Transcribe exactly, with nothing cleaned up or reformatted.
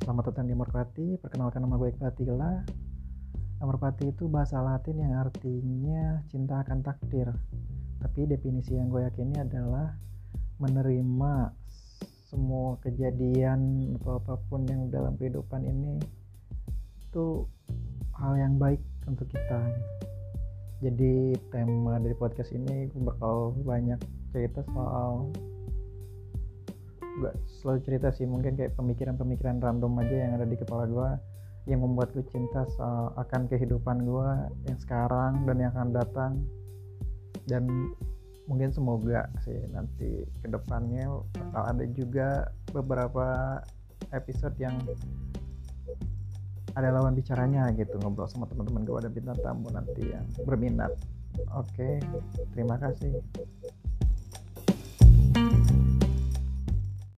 Selamat datang di Merpati. Perkenalkan, nama gue Iqbal Atila. Merpati itu bahasa Latin yang artinya cinta akan takdir. Tapi definisi yang gue yakini adalah menerima semua kejadian atau apapun yang dalam kehidupan ini itu hal yang baik untuk kita. Jadi tema dari podcast ini gue bakal banyak cerita soal, gak selalu cerita sih, mungkin kayak pemikiran-pemikiran random aja yang ada di kepala gue yang membuat gue cinta soal akan kehidupan gue yang sekarang dan yang akan datang. Dan mungkin semoga sih nanti kedepannya bakal ada juga beberapa episode yang ada lawan bicaranya gitu, ngobrol sama teman-teman gue, ada bintang tamu nanti yang berminat. Oke, terima kasih.